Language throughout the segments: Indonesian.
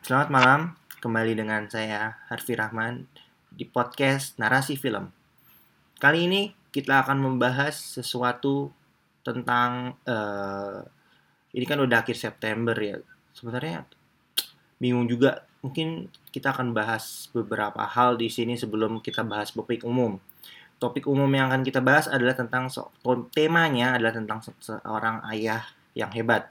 Selamat malam, kembali dengan saya Harfi Rahman di podcast Narasi Film. Kali ini kita akan membahas sesuatu tentang ini kan udah akhir September ya. Sebenarnya bingung juga. Mungkin kita akan bahas beberapa hal di sini sebelum kita bahas topik umum. Topik umum yang akan kita bahas adalah tentang temanya adalah tentang seorang ayah yang hebat.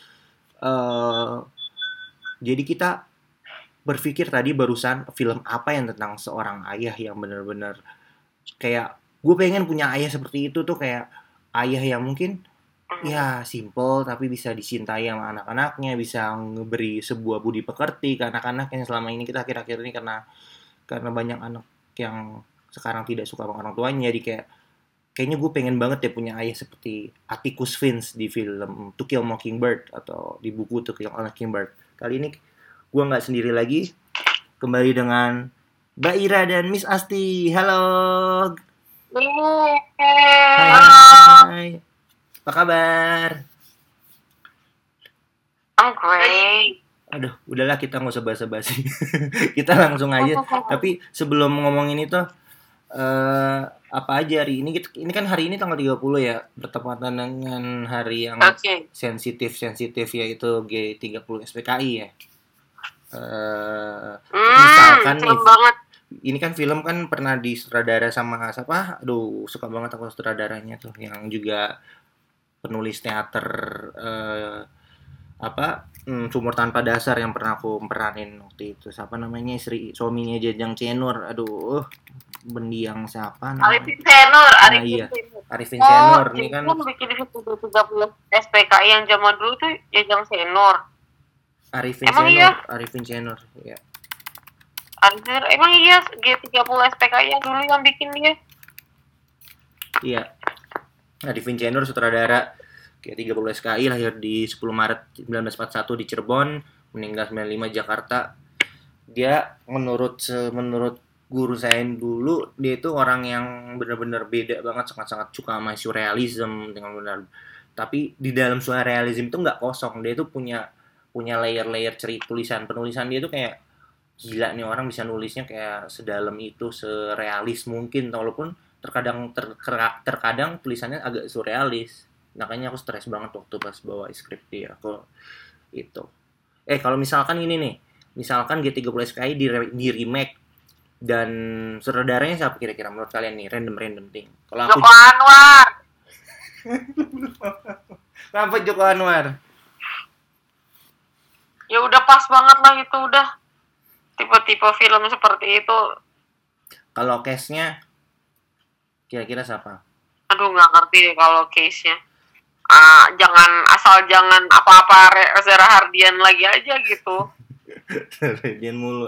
Jadi kita berpikir tadi barusan film apa yang tentang seorang ayah yang benar-benar kayak gue pengen punya ayah seperti itu tuh, kayak ayah yang mungkin ya simple tapi bisa dicintai sama anak-anaknya, bisa ngeberi sebuah budi pekerti ke anak-anaknya. Selama ini kita akhir-akhir ini karena banyak anak yang sekarang tidak suka sama orang tuanya, jadi kayaknya gue pengen banget ya punya ayah seperti Atticus Finch di film To Kill Mockingbird atau di buku To Kill Mockingbird. Kali ini gue nggak sendiri lagi, kembali dengan Mbak Ira dan Miss Asti. Halo. Hai Halo, hai. Apa kabar? I'm great. Aduh, udahlah kita nggak usah basa-basi. Kita langsung aja. Tapi sebelum ngomongin itu, apa aja hari ini? Ini kan hari ini tanggal 30 ya, bertepatan dengan hari yang Oke. sensitif yaitu G30 SPKI ya. Misalkan nih, Film banget. ini kan film kan pernah disutradara sama siapa? Aduh, suka banget aku sutradaranya tuh, yang juga penulis teater Sumur Tanpa Dasar yang pernah aku peranin waktu itu. Siapa namanya, istri suaminya Jajang Cenur. Aduh, mendiang siapa namanya? Arifin Senur, Nah Arifin iya, Senur. Arifin Oh, Senur. Ini jadi kan yang bikin itu 30 SPKI yang zaman dulu tuh Jajang Senur. Arifin Emang Senur, iya, Arifin Senur. Ya, Emang iya G30 SPKI yang dulu yang bikin dia. iya. Arifin Senur sutradara kayak 30 SKI, lahir di 10 Maret 1941 di Cirebon, meninggal 95 Jakarta. Dia menurut guru saya dulu, dia itu orang yang benar-benar beda banget, sangat-sangat suka sama surrealism dengan benar. Tapi di dalam surrealism itu nggak kosong, dia itu punya punya layer-layer cerita, penulisan dia itu kayak gila nih orang bisa nulisnya kayak sedalam itu, serealis mungkin, walaupun terkadang tulisannya agak surrealis. Makanya aku stres banget waktu pas bawa skrip dia aku itu. Kalau misalkan ini nih, misalkan G30 SKI di remake, dan sutradaranya siapa kira-kira menurut kalian nih, random thing. Kalau aku Joko Anwar. kenapa Joko Anwar? Ya udah pas banget lah itu udah. Tipe-tipe film seperti itu. Kalau case-nya kira-kira siapa? Aduh nggak ngerti deh kalau case-nya. Jangan apa-apa Reza Rahardian lagi aja gitu. Radian mulu.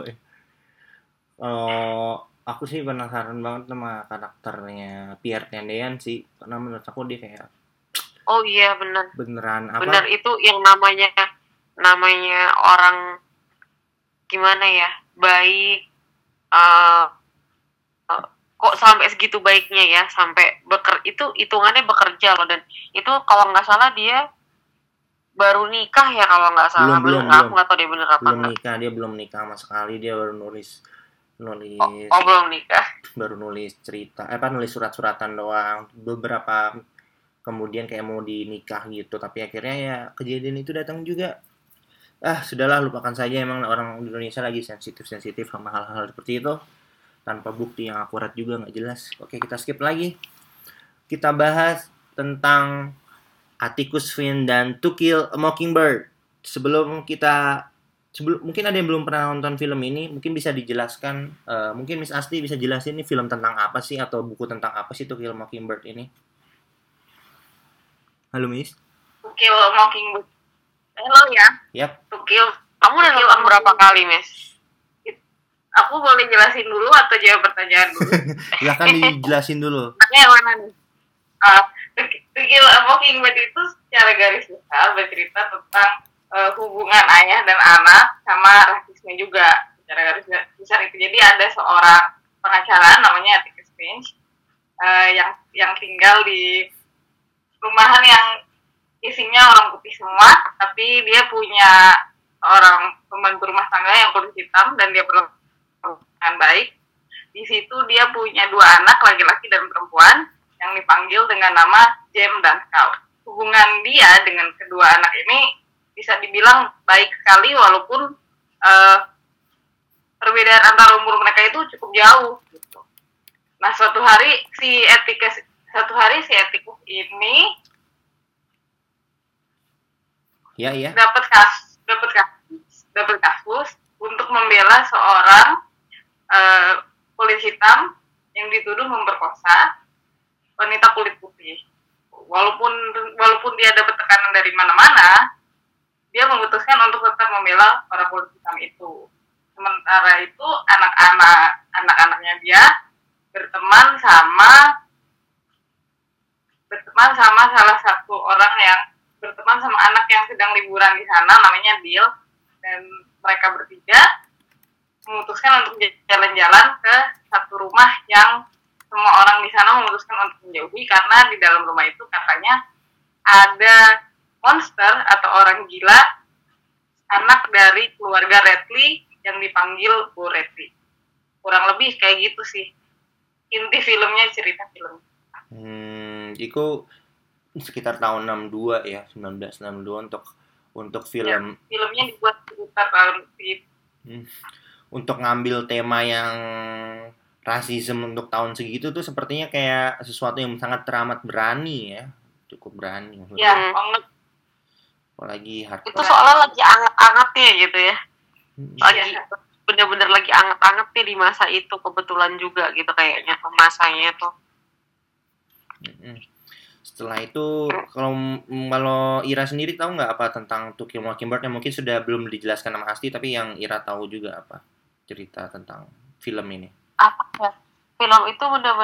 Kalau aku sih penasaran banget sama karakternya Pierre Tendean sih, karena menurut aku dia kayak Oh iya benar. beneran apa. Benar itu yang namanya orang gimana ya, baik, uh, kok sampai segitu baiknya ya, sampai itu hitungannya bekerja loh. Dan itu kalau nggak salah dia baru nikah ya kalau nggak salah. Aku nggak tahu dia bener apa belum nggak. nikah, dia belum nikah sama sekali, dia baru nulis nulis Oh belum nikah. baru nulis cerita, nulis surat-suratan doang. Beberapa kemudian kayak mau dinikah gitu, tapi akhirnya ya kejadian itu datang juga. Sudahlah, lupakan saja, emang orang Indonesia lagi sensitif sama hal-hal seperti itu, tanpa bukti yang akurat juga nggak jelas. Oke, kita skip lagi. Kita bahas tentang Atticus Finch dan To Kill a Mockingbird. Mungkin ada yang belum pernah nonton film ini, mungkin bisa dijelaskan, mungkin Miss Asti bisa jelasin ini film tentang apa sih, atau buku tentang apa sih To Kill a Mockingbird ini. Halo Miss. To Kill a Mockingbird. Hello ya. Yap. To Kill. Kamu udah nonton berapa kali, Mes? Aku boleh jelasin dulu atau jawab pertanyaan dulu? Silahkan dijelasin dulu. Yang mana nih? To Kill a Mockingbird itu secara garis besar bercerita tentang hubungan ayah dan anak sama rasisme juga. Secara garis besar itu, jadi ada seorang pengacara namanya Atticus Finch yang tinggal di rumahan yang isinya orang putih semua, tapi dia punya seorang pembantu rumah tangga yang kulit hitam dan dia berlakukan baik. Di situ dia punya 2 anak, laki-laki dan perempuan, yang dipanggil dengan nama Jem dan Cal. Hubungan dia dengan kedua anak ini bisa dibilang baik sekali, walaupun perbedaan antara umur mereka itu cukup jauh gitu. Nah, suatu hari si Atticus ini dapat kasus untuk membela seorang kulit hitam yang dituduh memperkosa wanita kulit putih. Walaupun dia dapat tekanan dari mana-mana, dia memutuskan untuk tetap membela para kulit hitam itu. Sementara itu anak-anaknya dia berteman sama salah satu orang yang berteman sama anak yang sedang liburan di sana, namanya Bill, dan mereka bertiga memutuskan untuk jalan-jalan ke satu rumah yang semua orang di sana memutuskan untuk menjauhi karena di dalam rumah itu katanya ada monster atau orang gila, anak dari keluarga Redley yang dipanggil Bu Redley. Kurang lebih kayak gitu sih inti filmnya, cerita film. Itu sekitar tahun 62 ya, 1962 untuk film. Ya, filmnya dibuat sekitar tahun itu. Untuk ngambil tema yang rasisme untuk tahun segitu tuh sepertinya kayak sesuatu yang sangat teramat berani ya, cukup berani. Ya, banget. Apalagi hardcore. Itu soalnya lagi anget-angetnya gitu ya. Lagi bener-bener lagi anget-angetnya di masa itu kebetulan juga gitu kayaknya masanya tuh. Setelah itu kalau Ira sendiri tahu nggak apa tentang To Kill Mockingbird yang mungkin sudah belum dijelaskan sama Asti, tapi yang Ira tahu juga apa cerita tentang film ini? Apa ya? Film itu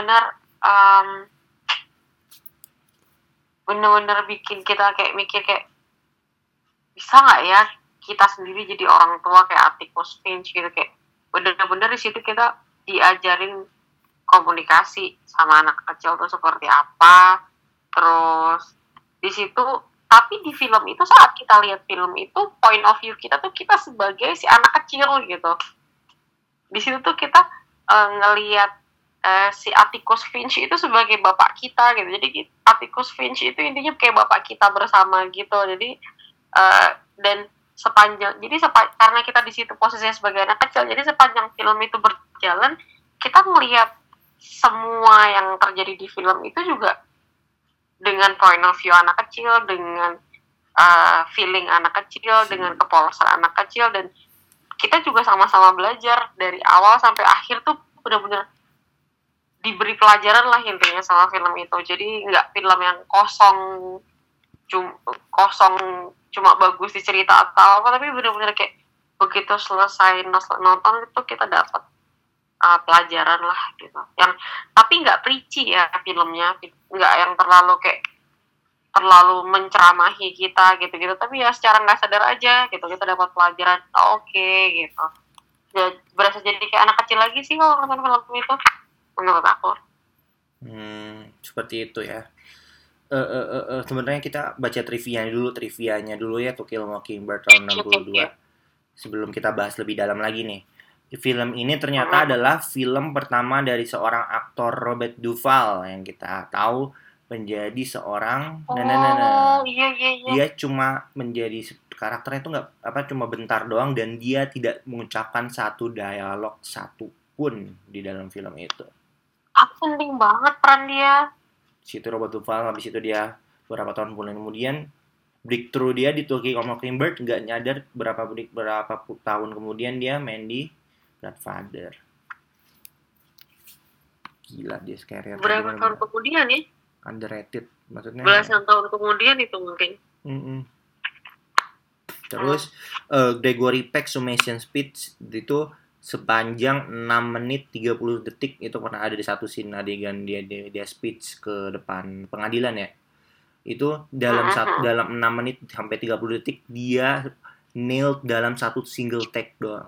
benar-benar bikin kita kayak mikir kayak bisa nggak ya kita sendiri jadi orang tua kayak Atticus Finch gitu, kayak benar-benar di situ kita diajarin komunikasi sama anak kecil tuh seperti apa. Terus di situ, tapi di film itu saat kita lihat film itu point of view kita tuh kita sebagai si anak kecil gitu. Di situ tuh kita ngelihat si Atticus Finch itu sebagai bapak kita gitu. Jadi Atticus Finch itu intinya kayak bapak kita bersama gitu. Jadi dan karena kita di situ posisinya sebagai anak kecil, jadi sepanjang film itu berjalan kita melihat semua yang terjadi di film itu juga dengan point of view anak kecil, dengan feeling anak kecil, dengan kepolosan anak kecil, dan kita juga sama-sama belajar dari awal sampai akhir tuh benar-benar diberi pelajaran lah intinya sama film itu. Jadi nggak film yang kosong cuma bagus di cerita atau apa, tapi benar-benar kayak begitu selesai nonton itu kita dapat pelajaran lah gitu. Yang tapi nggak preachy ya filmnya, nggak yang terlalu menceramahi kita gitu-gitu, tapi ya secara nggak sadar aja gitu kita dapat pelajaran. Oke, gitu. Ya, berasa jadi kayak anak kecil lagi sih kalau nonton film itu menurut aku. Seperti itu ya. Sebenarnya kita baca trivianya dulu ya, To Kill Mockingbird tahun 62. Sebelum kita bahas lebih dalam lagi nih. Film ini ternyata adalah film pertama dari seorang aktor Robert Duvall yang kita tahu menjadi seorang Iya. Dia cuma menjadi karakternya itu cuma bentar doang, dan dia tidak mengucapkan satu dialog satu pun di dalam film itu. Penting banget peran dia. Situ Robert Duvall, habis itu dia beberapa tahun kemudian breakthrough dia di To Kill Mockingbird, nggak nyadar berapa tahun kemudian dia main di Godfather. Gila dia karir. Berapa tahun kemudian ya? Underrated, maksudnya. Belasan tahun kemudian itu mungkin. Terus Gregory Peck summation speech itu sepanjang 6 menit 30 detik itu pernah ada di satu scene adegan dia speech ke depan pengadilan ya. Itu dalam 6 menit sampai 30 detik dia nailed dalam satu single take doang.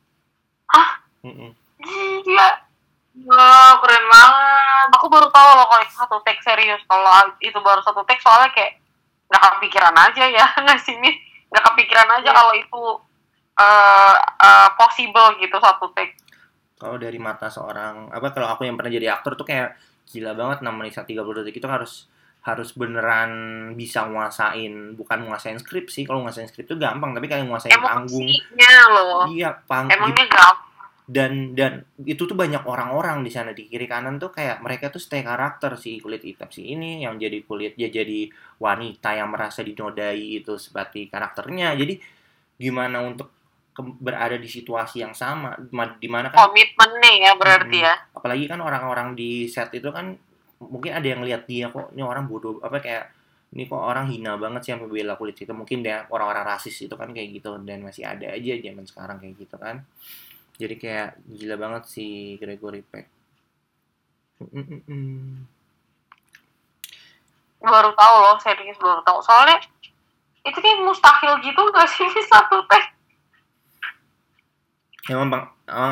Iya. Wah, keren banget. Aku baru tahu loh kalau satu take serius. Kalau itu baru satu take soalnya kayak nggak kepikiran aja ya nggak sih nih. Nggak kepikiran aja kalau itu possible gitu satu take. Kalau dari mata seorang kalau aku yang pernah jadi aktor tuh kayak gila banget 6 menit 30 detik itu harus beneran bisa bukan nguasain skrip sih. Kalau nguasain skrip itu gampang, tapi kayak nguasain panggung. Emosinya loh. Iya, Emangnya gampang. dan itu tuh banyak orang-orang di sana di kiri kanan tuh kayak mereka tuh stay karakter, si kulit hitam si ini yang jadi jadi wanita yang merasa dinodai itu seperti karakternya. Jadi gimana untuk berada di situasi yang sama di mana kan komitmennya ya berarti ya. Apalagi kan orang-orang di set itu kan mungkin ada yang lihat dia kok ini orang bodoh kayak ini kok orang hina banget sih sampai bela kulit hitam. Mungkin dia orang-orang rasis itu kan kayak gitu, dan masih ada aja zaman sekarang kayak gitu kan. Jadi kayak gila banget si Gregory Peck. Baru tahu loh, serius baru tahu. Soalnya itu kayak mustahil gitu nggak sih satu take? Emang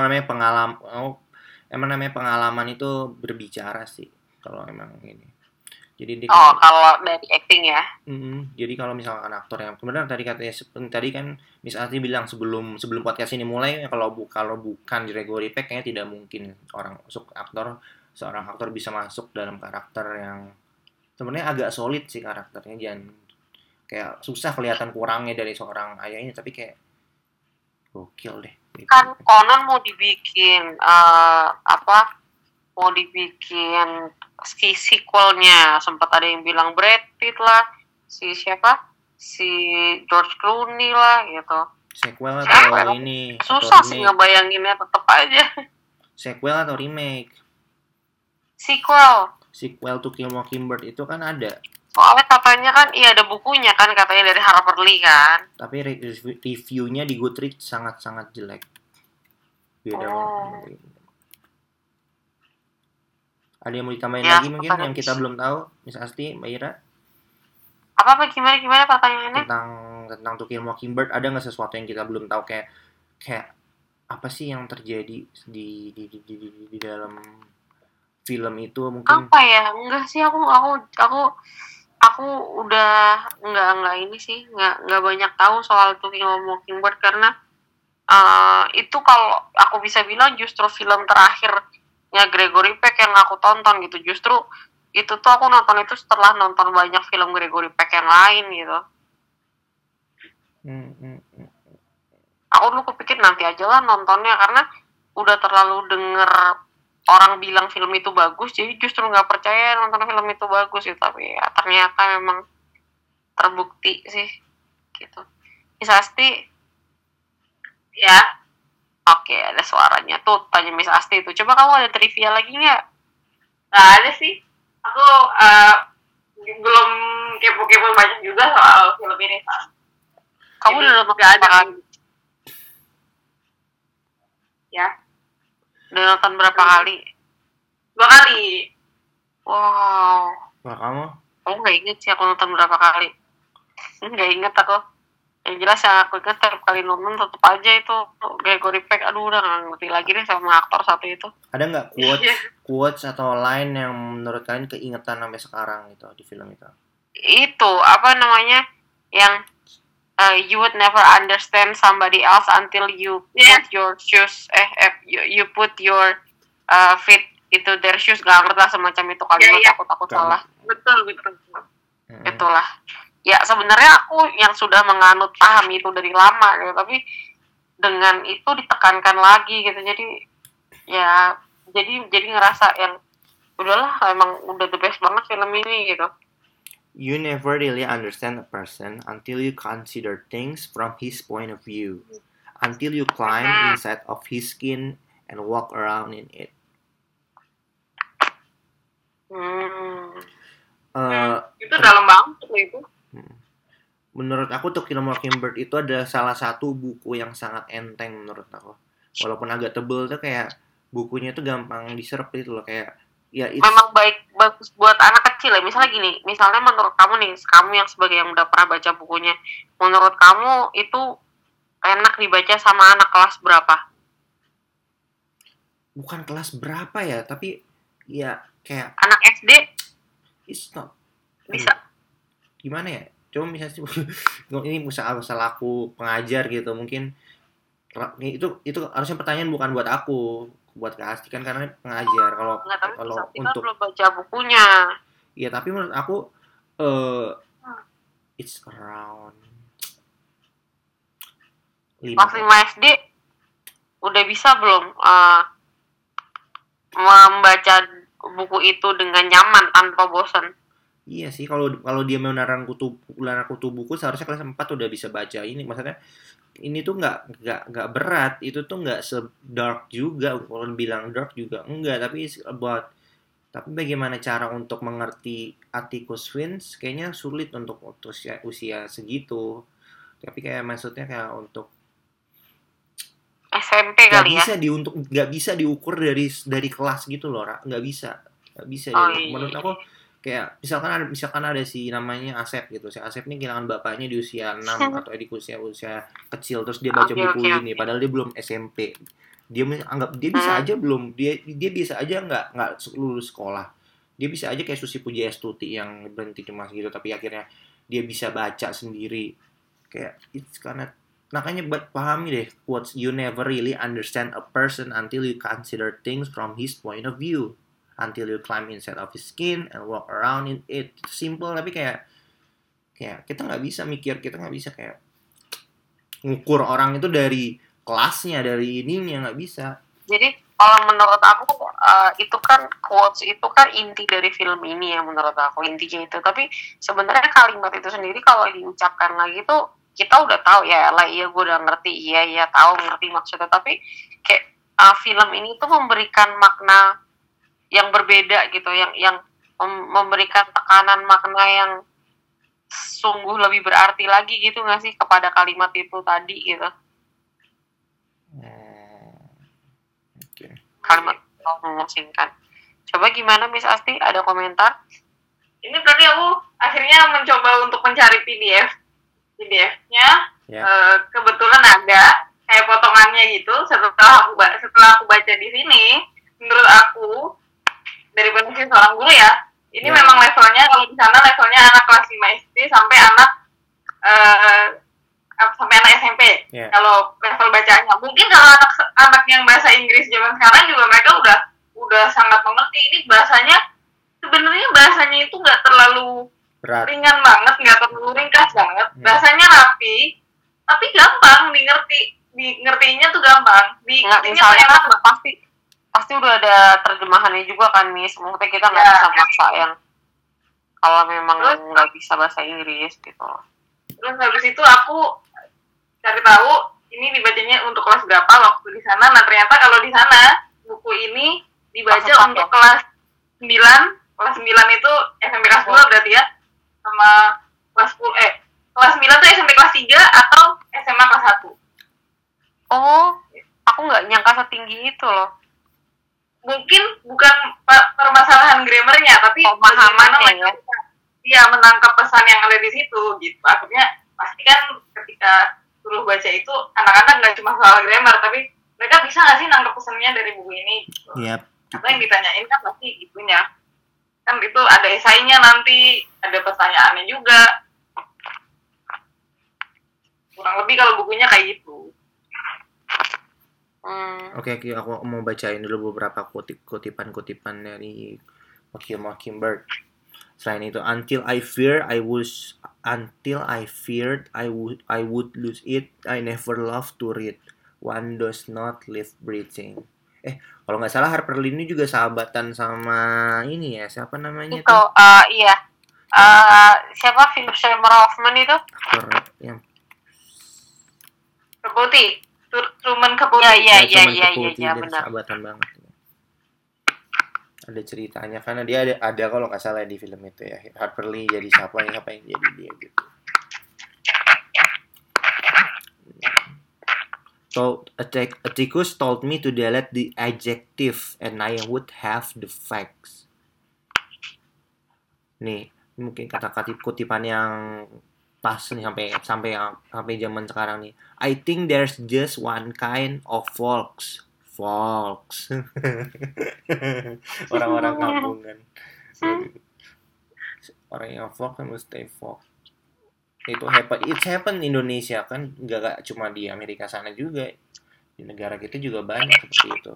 namanya pengalaman itu berbicara sih kalau emang ini. Jadi kalau dari acting ya. Jadi kalau misalkan aktor yang kemudian tadi kan Miss Ati bilang sebelum podcast ini mulai kalau bukan Gregory Peck kayaknya tidak mungkin seorang aktor bisa masuk dalam karakter yang sebenarnya agak solid sih karakternya, jangan kayak susah kelihatan kurangnya dari seorang ayah ini, tapi kayak gokil deh. Kan Conan mau dibikin mau dibikin sequelnya, sempat ada yang bilang Brad Pitt lah, si George Clooney lah gitu. Sequel atau ini susah sih ngebayanginnya, tetep aja. Sequel atau remake? Sequel To Kill Mockingbird itu kan ada. Soalnya katanya kan ada bukunya kan, katanya dari Harper Lee kan. Tapi reviewnya di Goodreads sangat-sangat jelek. Beda banget. Ada yang mau ditambahin lagi mungkin yang kita belum tahu, Miss Asti, Mbak Ira? Apa gimana pertanyaannya? Tentang To Kill Mockingbird, ada nggak sesuatu yang kita belum tahu kayak apa sih yang terjadi di dalam film itu mungkin? Apa ya? Enggak sih, aku udah nggak ini sih, nggak banyak tahu soal To Kill Mockingbird karena itu kalau aku bisa bilang justru film terakhirnya Gregory Peck yang aku tonton gitu. Justru itu tuh aku nonton itu setelah nonton banyak film Gregory Peck yang lain gitu. Aku dulu kepikir nanti aja lah nontonnya karena udah terlalu denger orang bilang film itu bagus, jadi justru nggak percaya nonton film itu bagus gitu. Tapi ya ternyata memang terbukti sih gitu. Miss Asti ya, oke, ada suaranya tuh, tanya Miss Asti itu. Coba kamu ada trivia lagi nggak? Nggak ada sih, aku belum kepo-kepo banyak juga soal film ini. Kamu udah nonton berapa kali? Ya. Udah nonton berapa kali? 2 kali. Wow. Wah, kamu? Aku nggak inget sih aku nonton berapa kali. Nggak inget aku. Yang jelas yang aku inget setiap kali nonton tetap aja itu Gregory Peck. Aduh, udah nggak ngerti lagi deh sama aktor satu itu. Ada nggak quotes atau line yang menurut kalian keingetan sampai sekarang gitu di film itu? Itu apa namanya yang you would never understand somebody else until you put your shoes you put your feet into their shoes. Gak ngerti lah semacam itu kalimat. Aku takut salah. Betul. Itulah ya, sebenarnya aku yang sudah menganut paham itu dari lama gitu, tapi dengan itu ditekankan lagi gitu, jadi ngerasa yang udahlah emang udah the best banget film ini gitu. You never really understand a person until you consider things from his point of view. Until you climb inside of his skin and walk around in it. Itu dalam banget itu. Menurut aku To Kill Mockingbird itu adalah salah satu buku yang sangat enteng menurut aku. Walaupun agak tebel tuh kayak bukunya tuh gampang diserap gitu loh, kayak ya memang bagus buat anak kecil ya. Misalnya gini, misalnya menurut kamu nih, kamu yang sebagai yang udah pernah baca bukunya, menurut kamu itu enak dibaca sama anak kelas berapa? Bukan kelas berapa ya, tapi ya kayak anak SD. It's not bisa. Gimana ya? Coba misalnya ini usaha aku pengajar gitu, mungkin itu harusnya pertanyaan bukan buat aku, buat Kak Asti kan karena pengajar. Kalau Nggak, tapi kalau Sakti kan untuk belum baca bukunya. ya tapi menurut aku it's around 5. Pas 5 SD udah bisa belum membaca buku itu dengan nyaman tanpa bosan? Iya sih, kalau dia melarang kutu buku seharusnya kelas 4 udah bisa baca ini. Maksudnya ini tuh nggak berat, itu tuh nggak se-dark juga. Kalau bilang dark juga enggak, tapi it's about tapi bagaimana cara untuk mengerti Atticus Finch kayaknya sulit untuk usia segitu. Tapi kayak maksudnya kayak untuk SMP kali ya. nggak bisa diukur dari kelas gitu loh, Ra. Nggak bisa Iya. menurut aku kayak misalkan ada si namanya Asep gitu, si Asep ini kehilangan bapaknya di usia 6 atau di usia kecil, terus dia baca buku ini padahal dia belum SMP, dia anggap dia bisa aja belum dia bisa aja nggak lulus sekolah, dia bisa aja kayak Susi Pujiastuti yang berhenti cuma segitu tapi akhirnya dia bisa baca sendiri, kayak it's karena makanya pahami deh quotes, you never really understand a person until you consider things from his point of view, until you climb inside of his skin and walk around in it. Simple tapi kayak kita nggak bisa kayak ngukur orang itu dari kelasnya, dari ininya, nggak bisa. Jadi kalau menurut aku itu kan quotes itu kan inti dari film ini ya, menurut aku intinya itu. Tapi sebenarnya kalimat itu sendiri kalau diucapkan lagi tuh kita udah tahu ya lah, iya gue udah ngerti, iya tahu ngerti maksudnya, tapi kayak film ini tuh memberikan makna yang berbeda gitu, yang memberikan tekanan makna yang sungguh lebih berarti lagi gitu nggak sih kepada kalimat itu tadi gitu. Okay. Kalimat memusingkan. Coba gimana Miss Asti, ada komentar? Ini berarti aku akhirnya mencoba untuk mencari PDF-nya. Kebetulan ada kayak potongannya gitu. Setelah aku baca di sini, menurut aku dari posisi seorang guru ya, ini memang levelnya, kalau di sana levelnya anak kelas 5 SD sampai anak SMP. Kalau level bacaannya, mungkin kalau anak yang bahasa Inggris zaman sekarang juga mereka udah sangat mengerti. Ini sebenarnya bahasanya itu nggak terlalu ringan banget, nggak terlalu ringkas banget. Bahasanya rapi, tapi gampang ngertinya tuh gampang. Misalnya kan pasti udah ada terjemahannya juga kan, Miss. Maksudnya kita nggak bisa maksa yang kalau memang nggak bisa bahasa Inggris gitu. Terus habis itu aku cari tahu ini dibacanya untuk kelas berapa waktu di sana. Nah ternyata kalau di sana buku ini dibaca untuk kelas 9. Kelas 9 itu SMP kelas 10 berarti ya. Sama kelas 10 kelas 9 tuh SMP kelas 3 atau SMA kelas 1. Oh, aku nggak nyangka setinggi itu loh. Mungkin bukan permasalahan grammarnya, tapi pemahamannya ya. Iya, menangkap pesan yang ada di situ gitu. Akhirnya pasti kan ketika suruh baca itu anak-anak nggak cuma soal grammar, tapi mereka bisa nggak sih nangkep pesannya dari buku ini gitu. Yep. Atau yang ditanyain kan pasti gitunya. Kan itu ada esainya nanti, ada pertanyaannya juga. Kurang lebih kalau bukunya kayak gitu. Oke, aku mau bacain dulu beberapa kutipan dari Mockingbird. Selain itu, until I feared I would lose it, I never loved to read. One does not live breathing. Kalau nggak salah Harper Lee ini juga sahabatan sama ini ya, siapa namanya itu? Iya. Siapa? Philip Seymour Hoffman itu? Yang Capote. Truman Capote. Iya, benar. Sahabatan banget. Ada ceritanya karena dia ada kalau nggak salah di film itu ya, Harper Lee jadi siapa yang jadi dia gitu. So Atticus told me to delete the adjective and I would have the facts. Nih mungkin kata-kata kutipan yang pas nih sampai zaman sekarang nih. I think there's just one kind of folks. Orang-orang kampungan. Orang yang folk kan mesti folk. It's happen Indonesia kan, nggak cuma di Amerika sana juga. Di negara kita juga banyak seperti itu.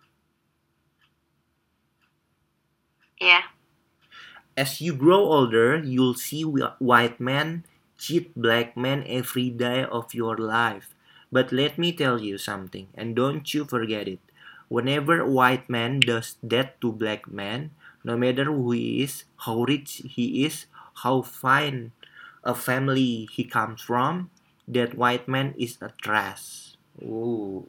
Iya. As you grow older, you'll see white men cheat black men every day of your life. But let me tell you something, and don't you forget it. Whenever a white man does that to black man, no matter who he is, how rich he is, how fine a family he comes from, that white man is a trash. Ooh,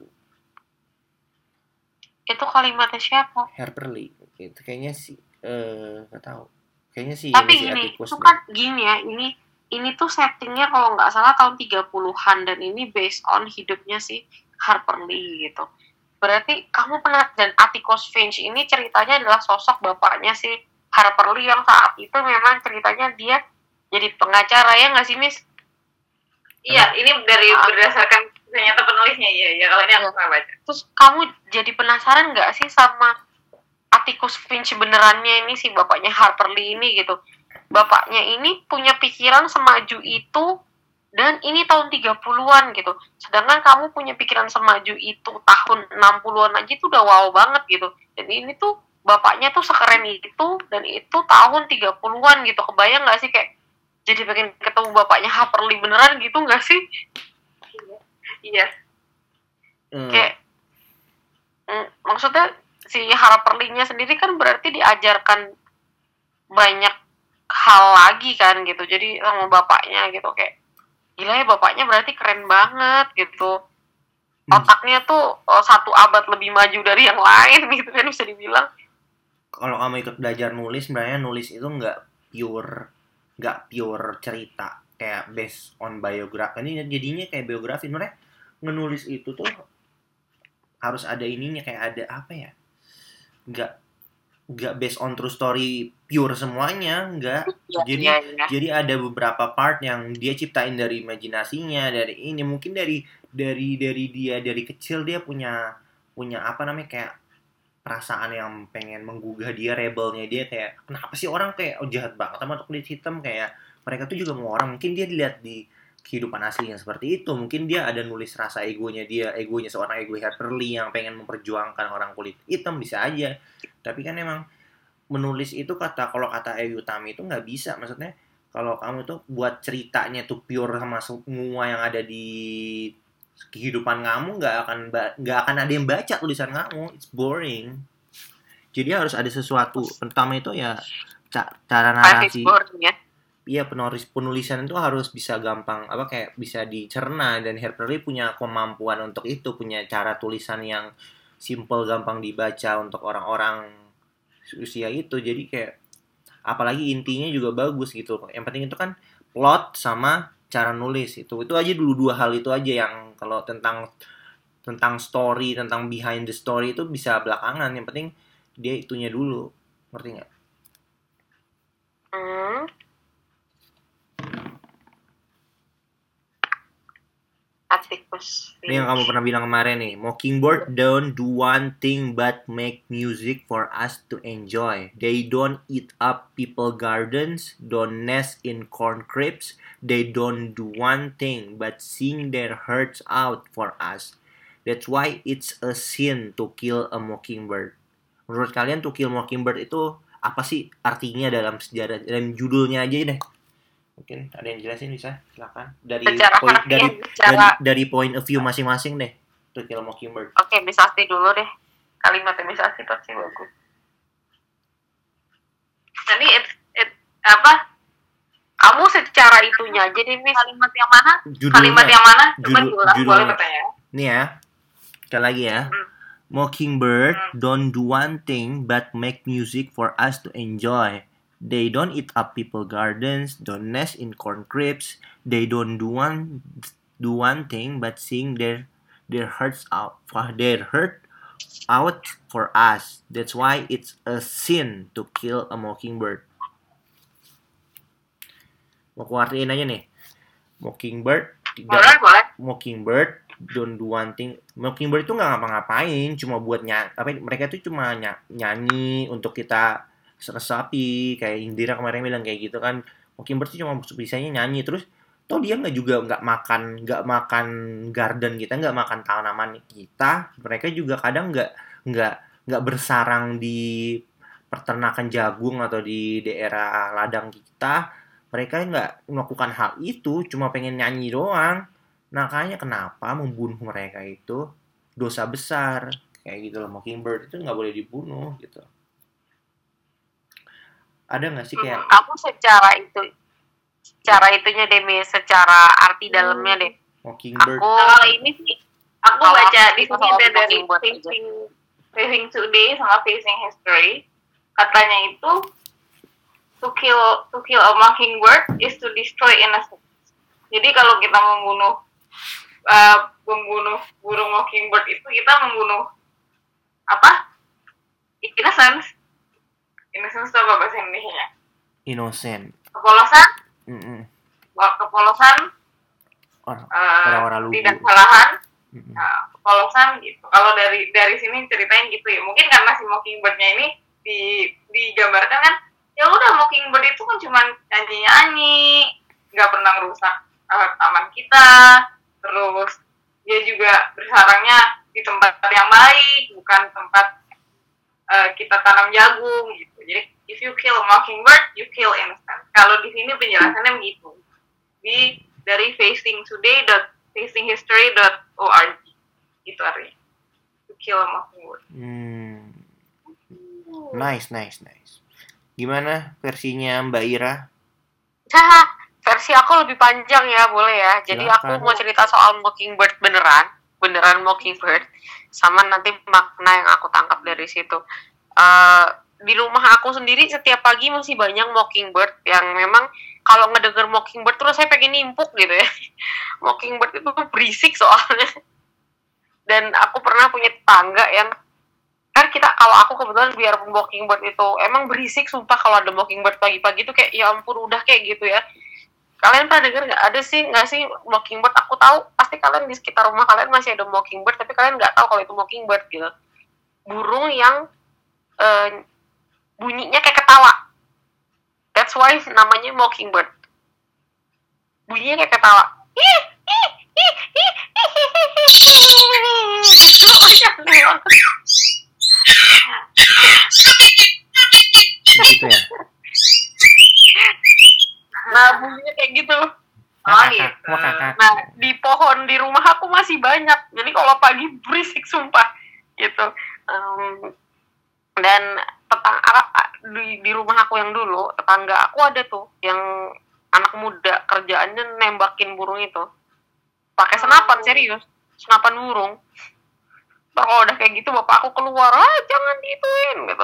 Itu kalimatnya siapa? Harper Lee. Itu kayaknya sih, nggak tahu. Kayaknya sih Tapi ini sih gini, Atticus itu deh. kan gini ya, ini tuh settingnya kalau nggak salah tahun 30-an dan ini based on hidupnya si Harper Lee gitu. Berarti kamu pernah, dan Atticus Finch ini ceritanya adalah sosok bapaknya si Harper Lee yang saat itu memang ceritanya dia jadi pengacara, ya nggak sih, Miss? Iya, ini dari berdasarkan ternyata penulisnya. Iya, kalau ini aku pernah baca. Terus kamu jadi penasaran nggak sih sama Atticus Finch benerannya ini, si bapaknya Harper Lee ini gitu. Bapaknya ini punya pikiran semaju itu dan ini tahun 30-an gitu. Sedangkan kamu punya pikiran semaju itu tahun 60-an aja itu udah wow banget gitu. Jadi ini tuh bapaknya tuh sekeren itu dan itu tahun 30-an gitu. Kebayang nggak sih kayak jadi pengen ketemu bapaknya Harper Lee beneran gitu nggak sih? Iya. Kayak maksudnya si Harper Lee-nya sendiri kan berarti diajarkan banyak hal lagi kan gitu. Jadi sama bapaknya gitu kayak gila ya, bapaknya berarti keren banget gitu. Otaknya tuh 1 abad lebih maju dari yang lain gitu kan bisa dibilang. Kalau kamu ikut belajar nulis, sebenarnya nulis itu nggak pure cerita kayak based on biografi. Ini jadinya kayak biografi. Sebenarnya menulis itu tuh harus ada ininya, kayak ada apa ya? Nggak based on true story pure semuanya, nggak. Jadi ada beberapa part yang dia ciptain dari imajinasinya, dari ini mungkin dari dia dari kecil dia punya apa namanya kayak perasaan yang pengen menggugah dia, rebelnya dia kayak kenapa sih orang kayak jahat banget sama kulit hitam, kayak mereka tuh juga mau orang, mungkin dia dilihat di kehidupan aslinya seperti itu, mungkin dia ada nulis rasa egonya seorang ego Harper Lee yang pengen memperjuangkan orang kulit hitam, bisa aja. Tapi kan emang menulis itu kalau kata Eyu Tami itu nggak bisa, maksudnya kalau kamu tuh buat ceritanya tuh pure sama semua yang ada di kehidupan kamu, nggak akan ada yang baca tulisan kamu, it's boring. Jadi harus ada sesuatu. Pertama itu ya cara narasi. Iya, penulisan itu harus bisa gampang kayak bisa dicerna, dan Harper Lee punya kemampuan untuk itu, punya cara tulisan yang simple, gampang dibaca untuk orang-orang usia itu. Jadi kayak apalagi intinya juga bagus gitu. Yang penting itu kan plot sama cara nulis, itu aja dulu, 2 hal itu aja yang kalau tentang story, tentang behind the story itu bisa belakangan, yang penting dia itunya dulu, ngerti nggak? Ini yang kamu pernah bilang kemarin nih, Mockingbird don't do one thing but make music for us to enjoy. They don't eat up people gardens, don't nest in corn cribs. They don't do one thing but sing their hearts out for us. That's why it's a sin to kill a mockingbird. Menurut kalian to kill mockingbird itu apa sih artinya dalam sejarah, dalam judulnya aja deh? Mungkin ada yang jelasin, bisa silakan dari point of view masing-masing deh, To Kill a Mockingbird. Oke, Miss Asti dulu deh, kalimatnya Miss Asti pasti bagus. Jadi apa? Kamu secara itunya aja deh, Miss. Kalimat yang mana? Kalimat yang mana? Coba diulang, boleh bertanya. Nih ya, sekali lagi ya. Mockingbird don't do one thing but make music for us to enjoy. They don't eat up people gardens, don't nest in corn cribs. They don't do one thing but sing their hearts out for us. That's why it's a sin to kill a mockingbird. Mau aku artiin aja nih. Mockingbird Mockingbird don't do one thing. Mockingbird itu nggak ngapa-ngapain, cuma buat mereka tuh cuma nyanyi untuk kita resapi, kayak Indira kemarin bilang kayak gitu kan. Mockingbird tuh cuma bisanya nyanyi, terus Toh dia nggak makan garden kita, nggak makan tanaman kita. Mereka juga kadang nggak bersarang di peternakan jagung atau di daerah ladang kita. Mereka nggak melakukan hal itu, cuma pengen nyanyi doang. Makanya kenapa membunuh mereka itu dosa besar. Kayak gitu loh, mockingbird itu nggak boleh dibunuh gitu. Ada nggak sih kayak Aku secara itunya deh, secara arti dalamnya deh. mockingbird? Kalau ini sih aku Kalau baca aku di suka sini soal ada dari Mockingbird aja. Facing Today sama Facing History. Katanya itu to kill a mockingbird is to destroy innocence. Jadi kalau kita membunuh burung mockingbird itu kita membunuh apa? Innocence. Innocence itu apa bahasa Indonesia-nya? Innocent. Kepolosan. Kepolosan. Orang-orang lugu. Tidak kesalahan. Nah, kepolosan gitu. Kalau dari sini ceritain gitu ya. Mungkin karena si mockingbird-nya ini digambarkan kan, ya udah mockingbird itu kan cuma nyanyi-nyanyi, nggak pernah merusak taman kita. Terus dia juga bersarangnya di tempat yang baik, bukan tempat kita tanam jagung gitu. Jadi if you kill a mockingbird, you kill innocent. Kalau di sini penjelasannya begitu. Dari facinghistory.org itu artinya to kill a mockingbird. Nice. Gimana versinya Mbak Ira? Versi aku lebih panjang ya, boleh ya. Jadi Silakan. aku mau cerita soal mockingbird beneran mockingbird, sama nanti makna yang aku tangkap dari situ. Di rumah aku sendiri setiap pagi masih banyak mockingbird yang memang kalau ngedenger mockingbird terus saya pengen nimpuk gitu ya. Mockingbird itu berisik soalnya. Dan aku pernah punya tetangga yang kan kalau aku kebetulan biarpun mockingbird itu emang berisik, sumpah kalau ada mockingbird pagi-pagi itu kayak ya ampun udah kayak gitu ya. Kalian pernah dengar nggak sih mockingbird? Aku tahu pasti kalian di sekitar rumah kalian masih ada mockingbird, tapi kalian nggak tahu kalau itu mockingbird gitu. Burung yang bunyinya kayak ketawa. That's why namanya mockingbird. Bunyinya kayak ketawa. Gitu ya. Nah, bunyinya kayak gitu. Gitu. Nah, di pohon di rumah aku masih banyak. Jadi kalau pagi berisik sumpah gitu. Dan di rumah aku yang dulu, tetangga aku ada tuh yang anak muda kerjaannya nembakin burung itu. Pakai senapan, serius. Senapan burung. Ntar kalau udah kayak gitu bapak aku keluar, jangan gituin gitu.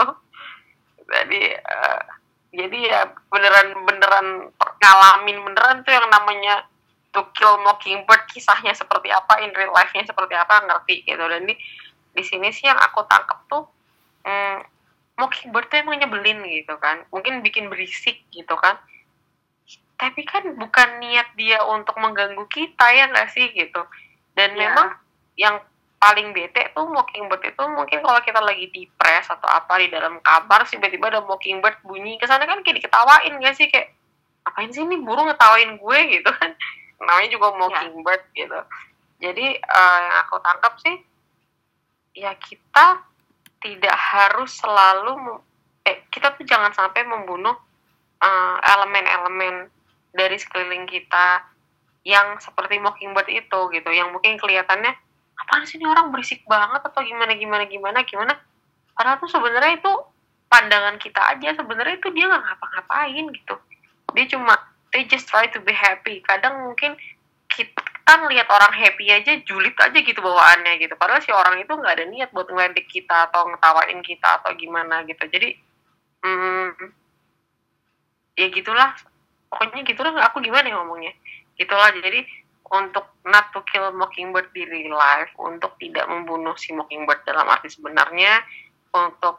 Jadi ya beneran ngalamin beneran tuh yang namanya To Kill Mockingbird, kisahnya seperti apa, in real life-nya seperti apa, ngerti gitu. Dan di sini sih yang aku tangkap tuh mockingbird tuh emang nyebelin gitu kan, mungkin bikin berisik gitu kan, tapi kan bukan niat dia untuk mengganggu kita ya nggak sih gitu. Dan memang yang paling bete tuh mockingbird itu mungkin kalau kita lagi depres atau apa di dalam kamar tiba-tiba ada mockingbird bunyi kesana kan kayak diketawain nggak sih, kayak apain sih ini burung ngetawain gue gitu kan, namanya juga mockingbird gitu. Jadi yang aku tangkap sih ya kita tidak harus selalu kita tuh jangan sampai membunuh elemen-elemen dari sekeliling kita yang seperti mockingbird itu gitu, yang mungkin kelihatannya apaan sih ini orang berisik banget atau gimana, padahal tuh sebenarnya itu pandangan kita aja, sebenarnya itu dia nggak ngapa-ngapain gitu, dia cuma they just try to be happy. Kadang mungkin kita ngelihat orang happy aja julid aja gitu bawaannya gitu, padahal si orang itu nggak ada niat buat ngeledek kita atau ngetawain kita atau gimana gitu. Jadi ya gitulah, pokoknya gitulah, aku gimana ya ngomongnya gitulah. Jadi untuk not to kill mockingbird di real life, untuk tidak membunuh si mockingbird dalam arti sebenarnya, untuk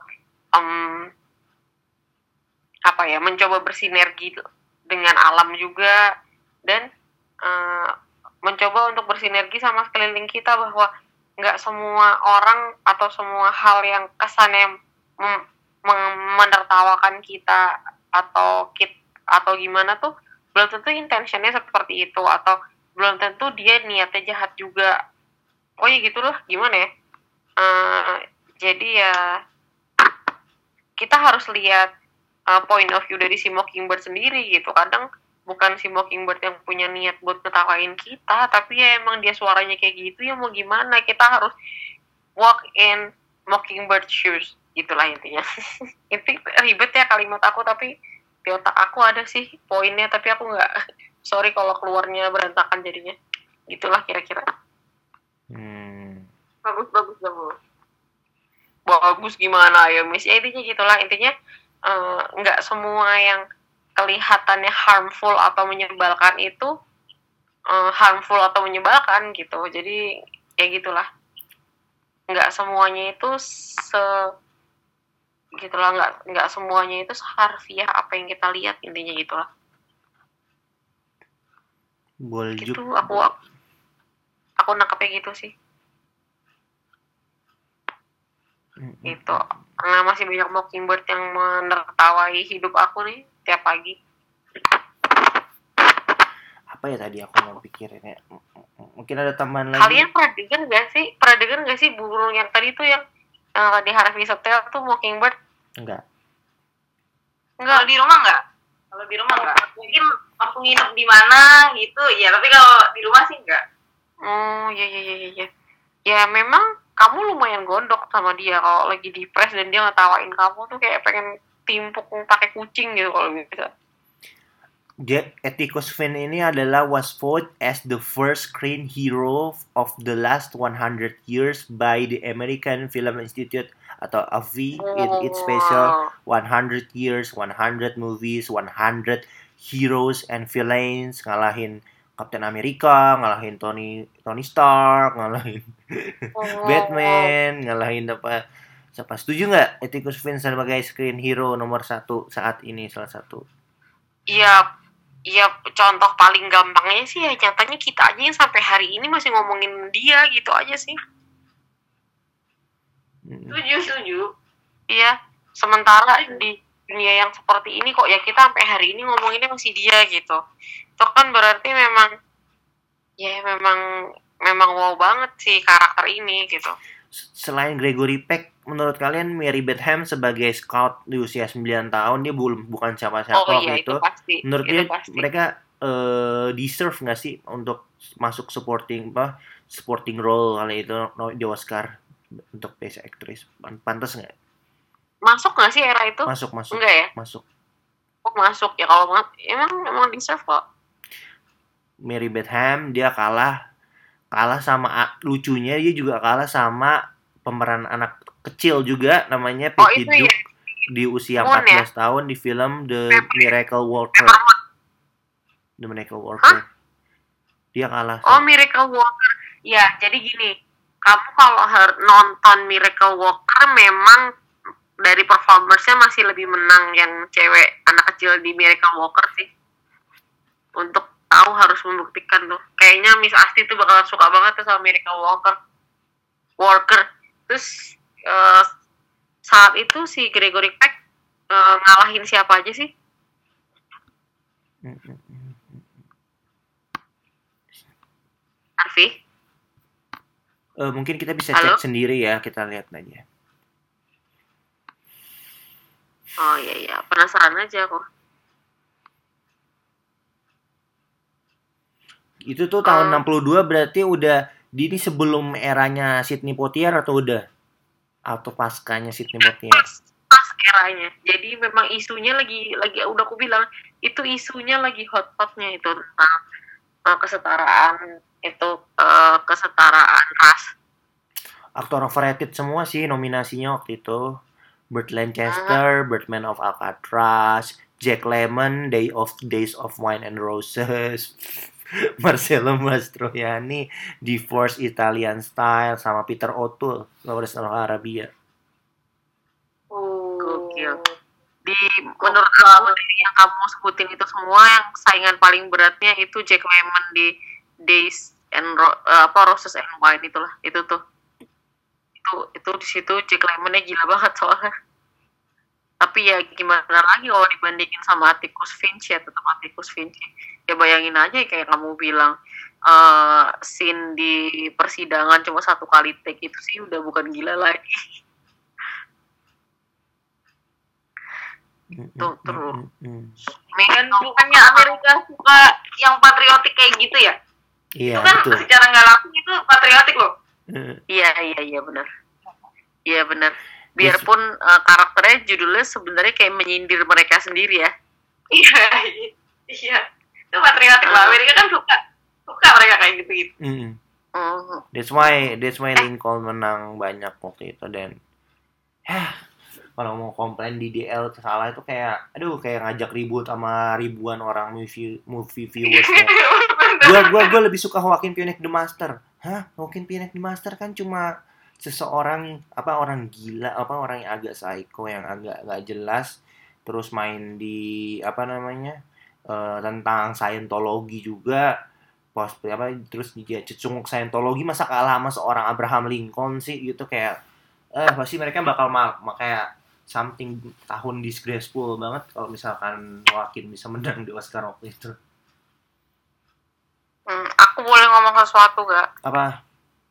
mencoba bersinergi dengan alam juga, dan mencoba untuk bersinergi sama sekeliling kita, bahwa nggak semua orang atau semua hal yang kesannya menertawakan kita atau gimana tuh belum tentu intentionnya seperti itu, atau belum tentu dia niatnya jahat juga. Oh ya gitu loh, gimana ya? Jadi ya kita harus lihat point of view dari si Mockingbird sendiri gitu. Kadang bukan si Mockingbird yang punya niat buat ngetawain kita, tapi ya emang dia suaranya kayak gitu, ya mau gimana, kita harus walk in Mockingbird shoes, gitulah intinya. Itu ribet ya kalimat aku, tapi di otak aku ada sih poinnya, tapi aku nggak, sorry kalau keluarnya berantakan jadinya. Gitulah kira-kira. Bagus. Bagus gimana ya Miss? Ya intinya gitulah, intinya nggak semua yang kelihatannya harmful atau menyebalkan itu harmful atau menyebalkan gitu. Jadi ya gitulah, nggak semuanya itu gitulah, nggak semuanya itu seharfiah apa yang kita lihat, intinya gitulah. Boljuk. Gitu aku nangkepnya gitu sih. Itu karena masih banyak Mockingbird yang menertawai hidup aku nih tiap pagi. Apa ya tadi aku mau pikirin ya? Mungkin ada tambahan lagi. Kalian pernah dengar nggak sih burung yang tadi tuh yang di Harvey's Hotel tuh Mockingbird? Enggak. Kalau di rumah nggak? Mungkin waktu nginep di mana gitu ya, tapi kalau di rumah sih nggak. Oh iya. Ya memang kamu lumayan gondok sama dia kalau lagi depres dan dia ngetawain kamu tuh kayak pengen timpuk pakai kucing gitu kalau bisa. Atticus Finch ini was voted as the first screen hero of the last 100 years by the American Film Institute atau AFI in its special 100 years, 100 movies, 100 heroes and villains, ngalahin Captain America, ngalahin Tony Stark, ngalahin Batman, ngalahin apa? Siapa setuju nggak Atticus Finch sebagai screen hero nomor 1 saat ini, salah satu? Iya, contoh paling gampangnya sih ya nyatanya kita aja yang sampai hari ini masih ngomongin dia gitu aja sih. Setuju. Iya, sementara di dunia yang seperti ini kok ya kita sampai hari ini ngomonginnya masih dia gitu. Itu kan berarti memang wow banget sih karakter ini gitu. Selain Gregory Peck, menurut kalian Mary Betham sebagai scout di usia 9 tahun dia bukan siapa-siapa gitu. Menurut dia mereka deserve nggak sih untuk masuk supporting role kali itu di Oscar untuk Best Actress? Pantas nggak? Masuk nggak sih era itu? Masuk. Enggak ya? Masuk. Oh, masuk ya, kalau emang deserve kok. Mary Betham dia kalah sama, lucunya dia juga kalah sama pemeran anak kecil juga namanya Patty Duke di usia 14 tahun di film The Miracle Worker. Dia kalah. Miracle Worker. Ya, jadi gini, kamu kalau nonton Miracle Worker memang dari performersnya masih lebih menang yang cewek anak kecil di Miracle Worker sih. Untuk tahu harus membuktikan tuh. Kayaknya Miss Asti tuh bakalan suka banget tuh sama Miracle Worker. Terus saat itu si Gregory Peck ngalahin siapa aja sih? Arfi? Mungkin kita bisa cek sendiri ya, kita lihat aja. Oh iya, penasaran aja kok. Itu tuh tahun 62 berarti udah ini sebelum eranya Sidney Poitier atau udah? Atau paskanya Sidney Poitier? Pas eranya. Jadi memang isunya lagi udah aku bilang itu isunya lagi hot-hotnya itu tentang kesetaraan kesetaraan ras. Aktor overrated semua sih nominasinya waktu itu. Burt Lancaster, Birdman of Alcatraz, Jack Lemmon, Days of Wine and Roses, Marcello Mastroianni, Divorce Italian Style, sama Peter O'Toole, Lawrence of Arabia. Gokil. Menurut kamu yang kamu sebutin itu semua, yang saingan paling beratnya itu Jack Lemmon di Days and Roses and Wine itulah. Itu di situ Jack Lemmonnya gila banget soalnya. Tapi Tapi ya gimana lagi kalau dibandingin sama Atticus Finch ya tetap Atticus Finch. Ya bayangin aja kayak kamu bilang scene di persidangan cuma 1 kali take itu sih udah bukan gila lagi. Tuh terus. Dan bukannya Amerika suka yang patriotik kayak gitu ya? Iya, Itu kan betul. secara nggak langsung itu patriotik loh. Iya benar. Iya benar. Biarpun karakternya judulnya sebenarnya kayak menyindir mereka sendiri ya. Iya. Itu patriotik lah. Amerika kan suka mereka kayak gitu-gitu. That's why Lincoln menang banyak waktu itu. Dan kalau mau komplain di DL salah itu kayak ngajak ribut sama ribuan orang movie viewers ya. Gue lebih suka Joaquin Phoenix The Master. Joaquin Phoenix The Master kan cuma seseorang orang gila, orang yang agak psycho, yang agak nggak jelas, terus main di tentang Scientology juga, terus dia cecunguk Scientology, masa kalah sama seorang Abraham Lincoln sih gitu. Kayak pasti mereka bakal kayak something tahun disgraceful banget kalau misalkan Joaquin bisa menang di Oscar waktu itu. Aku boleh ngomong sesuatu gak? Apa?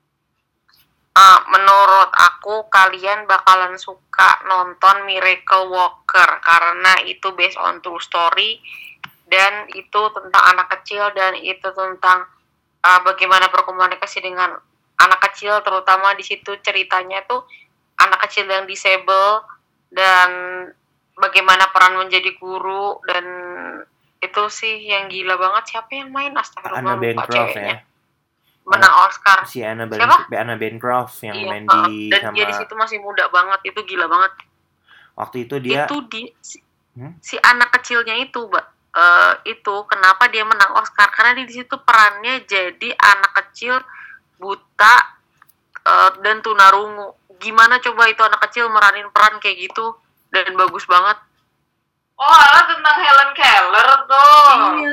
Menurut aku kalian bakalan suka nonton Miracle Worker karena itu based on true story dan itu tentang anak kecil dan itu tentang bagaimana berkomunikasi dengan anak kecil, terutama di situ ceritanya tuh anak kecil yang disable dan bagaimana peran menjadi guru, dan itu sih yang gila banget. Siapa yang main? Astagfirullah, Anna Bancroft ya. Menang Oscar. Si Anna Bancroft yang iya, main di dan sama... dia di situ masih muda banget, itu gila banget. Waktu itu dia si anak kecilnya itu, itu kenapa dia menang Oscar karena dia di situ perannya jadi anak kecil buta dan tunarungu. Gimana coba itu anak kecil meranin peran kayak gitu dan bagus banget. Oh, tentang Helen Keller tuh.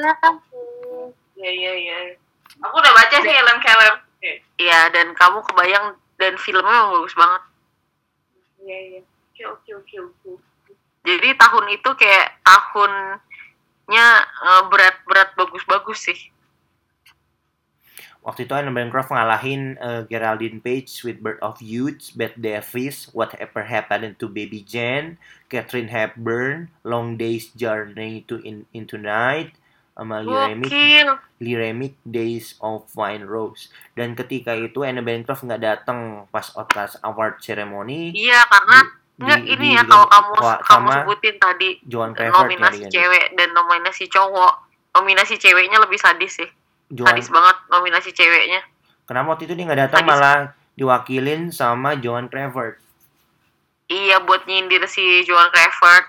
Iya. Aku udah baca sih Helen Keller. Iya, dan kamu kebayang, dan filmnya memang bagus banget. Iya. Oke. Jadi tahun itu kayak tahunnya berat bagus-bagus sih. Waktu itu Anna Bancroft ngalahin Geraldine Page with Birth of Youth, Bette Davis, Whatever Happened to Baby Jane, Katharine Hepburn, Long Day's Journey into Night, Lee Remick, Days of Wine Rose. Dan ketika itu Anna Bancroft nggak datang pas Oscar Award Ceremony. Iya, karena kalau kamu sebutin tadi nominasi cewek dan nominasi cowok, nominasi ceweknya lebih sadis sih. Sadis banget nominasi ceweknya. Kenapa waktu itu dia nggak datang, malah diwakilin sama Joan Crawford? Iya, buat nyindir si Joan Crawford.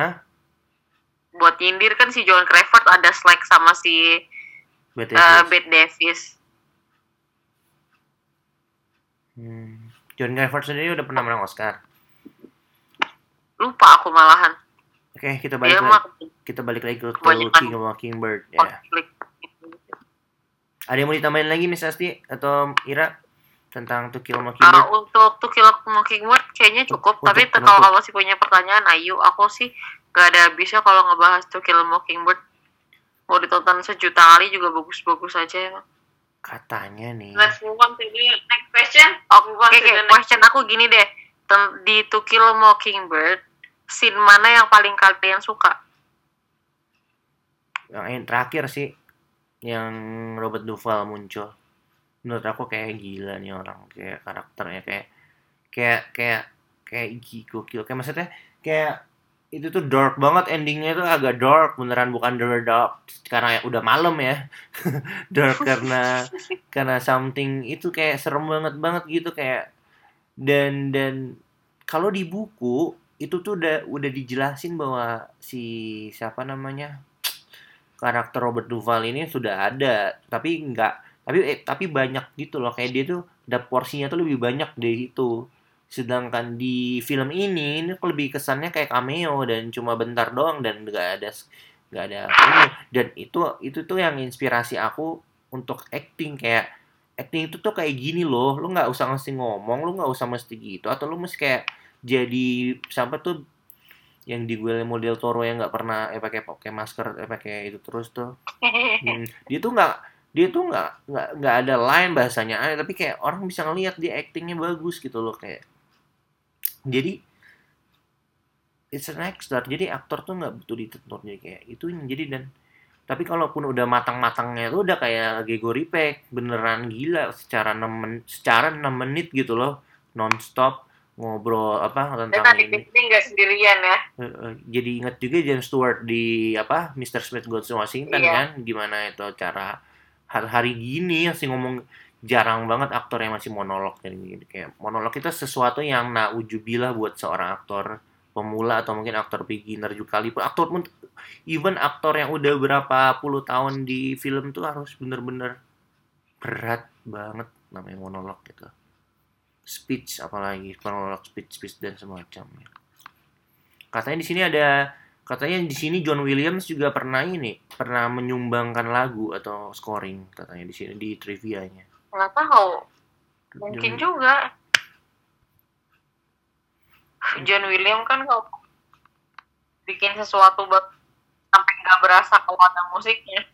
Buat nyindir kan si Joan Crawford ada slack sama si Bette Davis. Joan Crawford sendiri udah pernah menang Oscar. Lupa aku malahan. Oke, kita balik lagi ke King of Mockingbird ya. Ada yang mau ditambahin lagi Miss Asti atau Ira tentang To Kill a Mockingbird? Untuk To Kill a Mockingbird kayaknya cukup. Tapi kalau kamu masih punya pertanyaan, ayo. Aku sih gak ada habisnya kalau ngebahas To Kill a Mockingbird. Mau ditonton sejuta kali juga bagus-bagus aja emang. Katanya nih. Let's move on to the next question. Oke, question aku gini deh. Di To Kill a Mockingbird, scene mana yang paling kalian suka? Yang terakhir sih, yang Robert Duvall muncul. Menurut aku kayak gila nih orang, kayak karakternya kayak gokil. Kayak maksudnya kayak itu tuh dark banget, endingnya tuh agak dark beneran, bukan dark karena udah malam ya. Dark karena something itu kayak serem banget gitu kayak. Dan kalau di buku itu tuh udah dijelasin bahwa si siapa namanya, karakter Robert Duvall ini sudah ada, tapi banyak gitu loh, kayak dia tuh porsinya tuh lebih banyak dari itu. Sedangkan di film ini lebih kesannya kayak cameo dan cuma bentar doang dan nggak ada ini. Dan itu tuh yang inspirasi aku untuk acting, kayak acting itu tuh kayak gini loh, lu nggak usah mesti ngomong, lu nggak usah mesti gitu, atau lu mesti kayak jadi sampai tuh yang di Guillermo del Toro yang nggak pernah pakai masker pakai itu terus tuh. Dia tuh nggak ada line bahasanya aneh, tapi kayak orang bisa ngelihat dia actingnya bagus gitu loh kayak. Jadi it's an actor, jadi aktor tuh nggak butuh dituntut jadi kayak itu jadi. Dan tapi kalaupun udah matang-matangnya tuh udah kayak Gregory Peck beneran gila secara 6 menit gitu loh non-stop ngobrol apa Dan tentang tadi ini. ini nggak sendirian ya. Jadi inget juga James Stewart di apa Mr. Smith Goes to Washington Iya. kan gimana itu cara hari gini masih ngomong. Jarang banget aktor yang masih monolog dan gini kayak monolog itu sesuatu yang naujubillah buat seorang aktor pemula atau mungkin aktor beginner juga kali pun aktor pun even aktor yang udah berapa puluh tahun di film tuh harus bener-bener berat banget namanya monolog gitu. Speech apalagi monolog speech dan semacamnya. Katanya di sini John Williams juga pernah menyumbangkan lagu atau scoring katanya di sini di trivianya. Nggak tahu. Mungkin juga. John Williams kan kalau bikin sesuatu sampai nggak berasa kalau ada musiknya.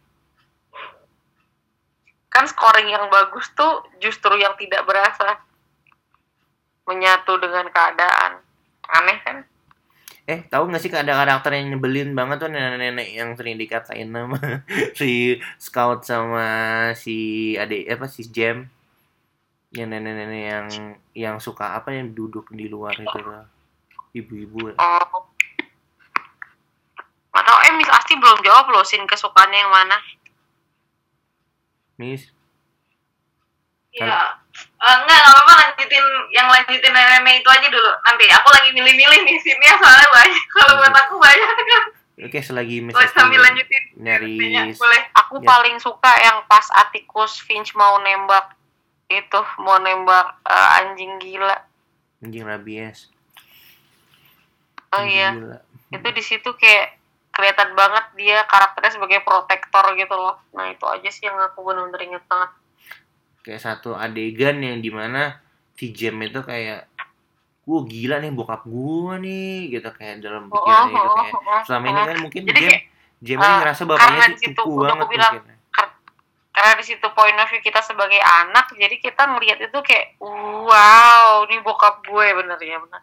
Kan scoring yang bagus tuh justru yang tidak berasa menyatu dengan keadaan. Aneh kan? Tahu nggak sih ada karakter yang nyebelin banget tuh nenek-nenek yang sering dikatain nama si Scout sama si adik si Jam, yang nenek-nenek yang suka yang duduk di luar itu tuh ibu-ibu. Mana Miss Asti belum jawab loh scene kesukaannya yang mana? Miss? Iya. Enggak apa-apa, lanjutin nenek itu aja dulu. Nanti aku lagi milih-milih nih scene-nya soalnya banyak. Kalau buat aku banyak kan. Oke, selagi Miss sambil lanjutin nyari boleh. Aku paling suka yang pas Atticus Finch mau nembak anjing gila. Anjing rabies. Oh iya. Gila. Itu di situ kayak kelihatan banget dia karakternya sebagai protektor gitu loh. Nah, itu aja sih yang aku benar-benar inget banget. Kayak satu adegan yang dimana si Jem itu kayak gue gila nih bokap gue nih gitu kayak dalam pikirannya itu kayak selama ini kan mungkin Jem ini ngerasa bapaknya tuh cukup banget mungkin. Karena di situ point of view kita sebagai anak, jadi kita ngelihat itu kayak wow, ini bokap gue bener.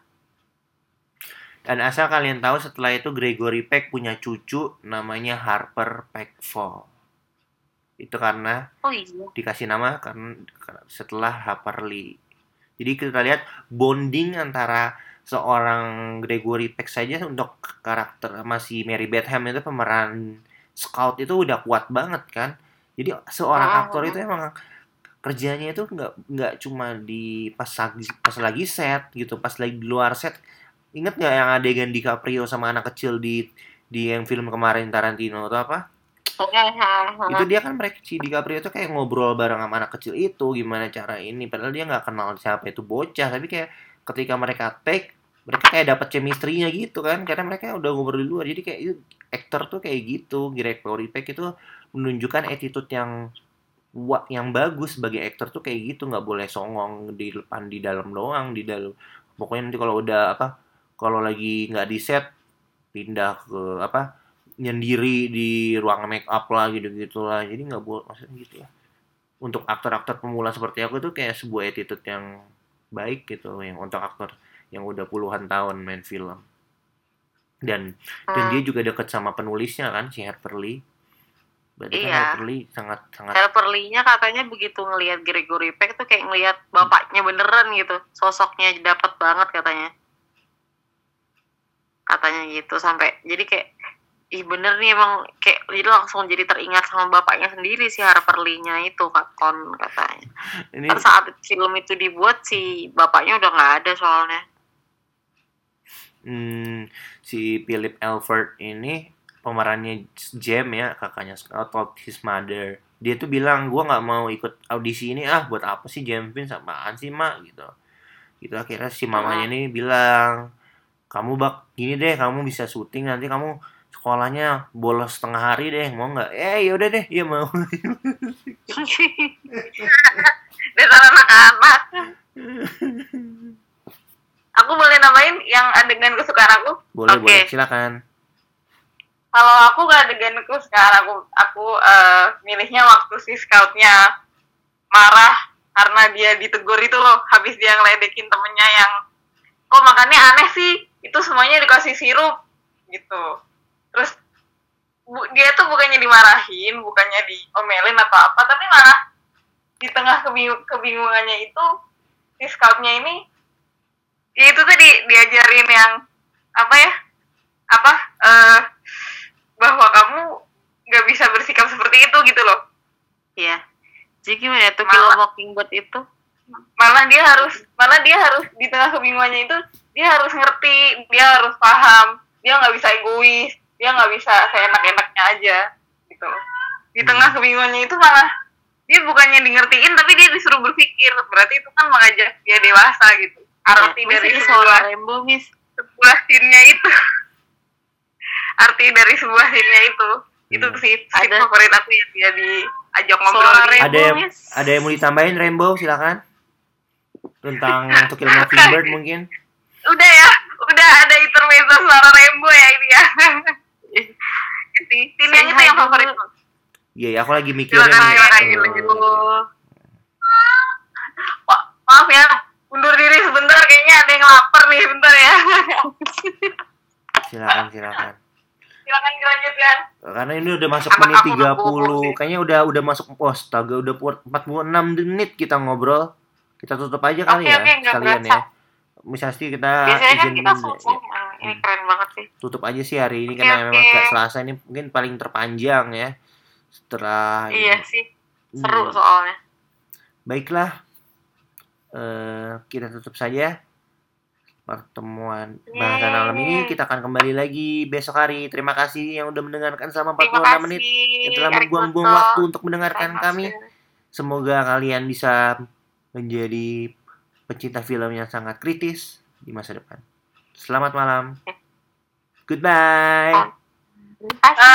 Dan asal kalian tahu setelah itu Gregory Peck punya cucu namanya Harper Peckfall. Itu karena dikasih nama karena setelah Harper Lee. Jadi kita lihat bonding antara seorang Gregory Peck saja untuk karakter masih Mary Betham itu pemeran Scout itu udah kuat banget kan. Jadi seorang aktor itu emang kerjanya itu nggak cuma di pas lagi set gitu, pas lagi di luar set. Ingat nggak yang adegan DiCaprio sama anak kecil di yang film kemarin Tarantino atau apa? Itu dia kan si DiCaprio itu kayak ngobrol bareng sama anak kecil itu gimana cara ini, padahal dia nggak kenal siapa itu bocah, tapi kayak ketika mereka take mereka kayak dapat chemistry-nya gitu kan karena mereka udah ngobrol di luar. Jadi kayak itu aktor tuh kayak gitu. Gregory Peck itu menunjukkan attitude yang bagus sebagai aktor tuh kayak gitu, nggak boleh songong di depan di dalam doang di dalam. Pokoknya nanti kalau udah kalau lagi nggak di set pindah ke nyendiri di ruang make up lah gitu-gitulah. Jadi nggak boleh maksudnya gitu ya. Untuk aktor-aktor pemula seperti aku itu kayak sebuah attitude yang baik gitu yang untuk aktor yang udah puluhan tahun main film. Dan dia juga deket sama penulisnya kan si Harper Lee. Berarti kan Harper Lee sangat Harper Lee-nya katanya begitu ngelihat Gregory Peck tuh kayak ngelihat bapaknya beneran gitu. Sosoknya dapat banget katanya gitu sampai jadi kayak bener nih emang kayak jadi langsung jadi teringat sama bapaknya sendiri si Harper Lee-nya itu katanya. Kan saat film itu dibuat si bapaknya udah nggak ada soalnya. Si Philip Elford ini pemerannya Jem ya, kakaknya Scout, told his mother. Dia tuh bilang, gue nggak mau ikut audisi ini buat apa sih Jem Vince, apaan sih mak gitu. Gitu akhirnya si mamanya ini bilang, kamu gini deh, kamu bisa syuting nanti kamu sekolahnya bolos setengah hari deh, mau nggak? Yaudah deh, iya mau. Dia anak-anak. Aku boleh nambahin yang adegan kesukaan aku? Boleh, Oke. boleh. Silakan. Kalau aku gak adegan kesukaan aku milihnya waktu si scoutnya marah karena dia ditegur itu loh, habis dia ngeledekin temennya yang kok makannya aneh sih, itu semuanya dikasih sirup gitu. Terus dia tuh bukannya dimarahin, bukannya diomelin atau apa, tapi malah di tengah kebingungannya itu si scoutnya ini ya itu tadi diajarin yang apa ya, apa bahwa kamu nggak bisa bersikap seperti itu gitu loh. Iya. Jadi gimana tuh Kill Malah- Mockingbird itu? malah dia harus di tengah kebingungannya itu dia harus ngerti, dia harus paham, dia nggak bisa egois, dia nggak bisa seenak-enaknya aja gitu. Di tengah kebingungannya itu malah dia bukannya di ngertiin tapi dia disuruh berpikir, berarti itu kan mengajak dia dewasa gitu. Arti Miss, dari ini sebuah suara Rainbow, Miss. scene-nya itu arti dari sebuah scene-nya itu sih scene Ada- favorit aku yang dia diajak ngobrol Suara di Rainbow, Miss. Ada yang mau ditambahin Rainbow, silakan. Tentang To Kill a Mockingbird mungkin. udah ya, udah ada intermezzo suara Rainbow ya ini ya. Sih, scene yang itu yang favorit. Iya, ya, aku lagi mikirin Silakan, nih, lanjut. Maaf ya, undur diri sebentar, kayaknya ada yang lapar nih, bentar ya. silakan. Silakan dilanjutkan. Karena ini udah masuk Anak menit aku ngebobok 30. sih. Kayaknya udah masuk astaga, udah 46 menit kita ngobrol. Kita tutup aja kali Oke, ya, nggak sekalian berasa. ya. Misalnya kita Biasanya kan izin kita selesai. ya. Nah, ini keren banget sih. Tutup aja sih hari ini Oke, karena memang oke. kayak Selasa ini mungkin paling terpanjang ya. Setelah Iya ini. sih. Seru Hmm. soalnya. Baiklah. Kita tutup saja pertemuan bahasan malam ini. Kita akan kembali lagi besok hari. Terima kasih yang udah mendengarkan selama Terima 46 kasih. menit. Yang telah Arigato. membuang-buang waktu untuk mendengarkan Terima kami. kasih. Semoga kalian bisa menjadi pecinta film yang sangat kritis di masa depan. Selamat malam. Goodbye. Terima kasih.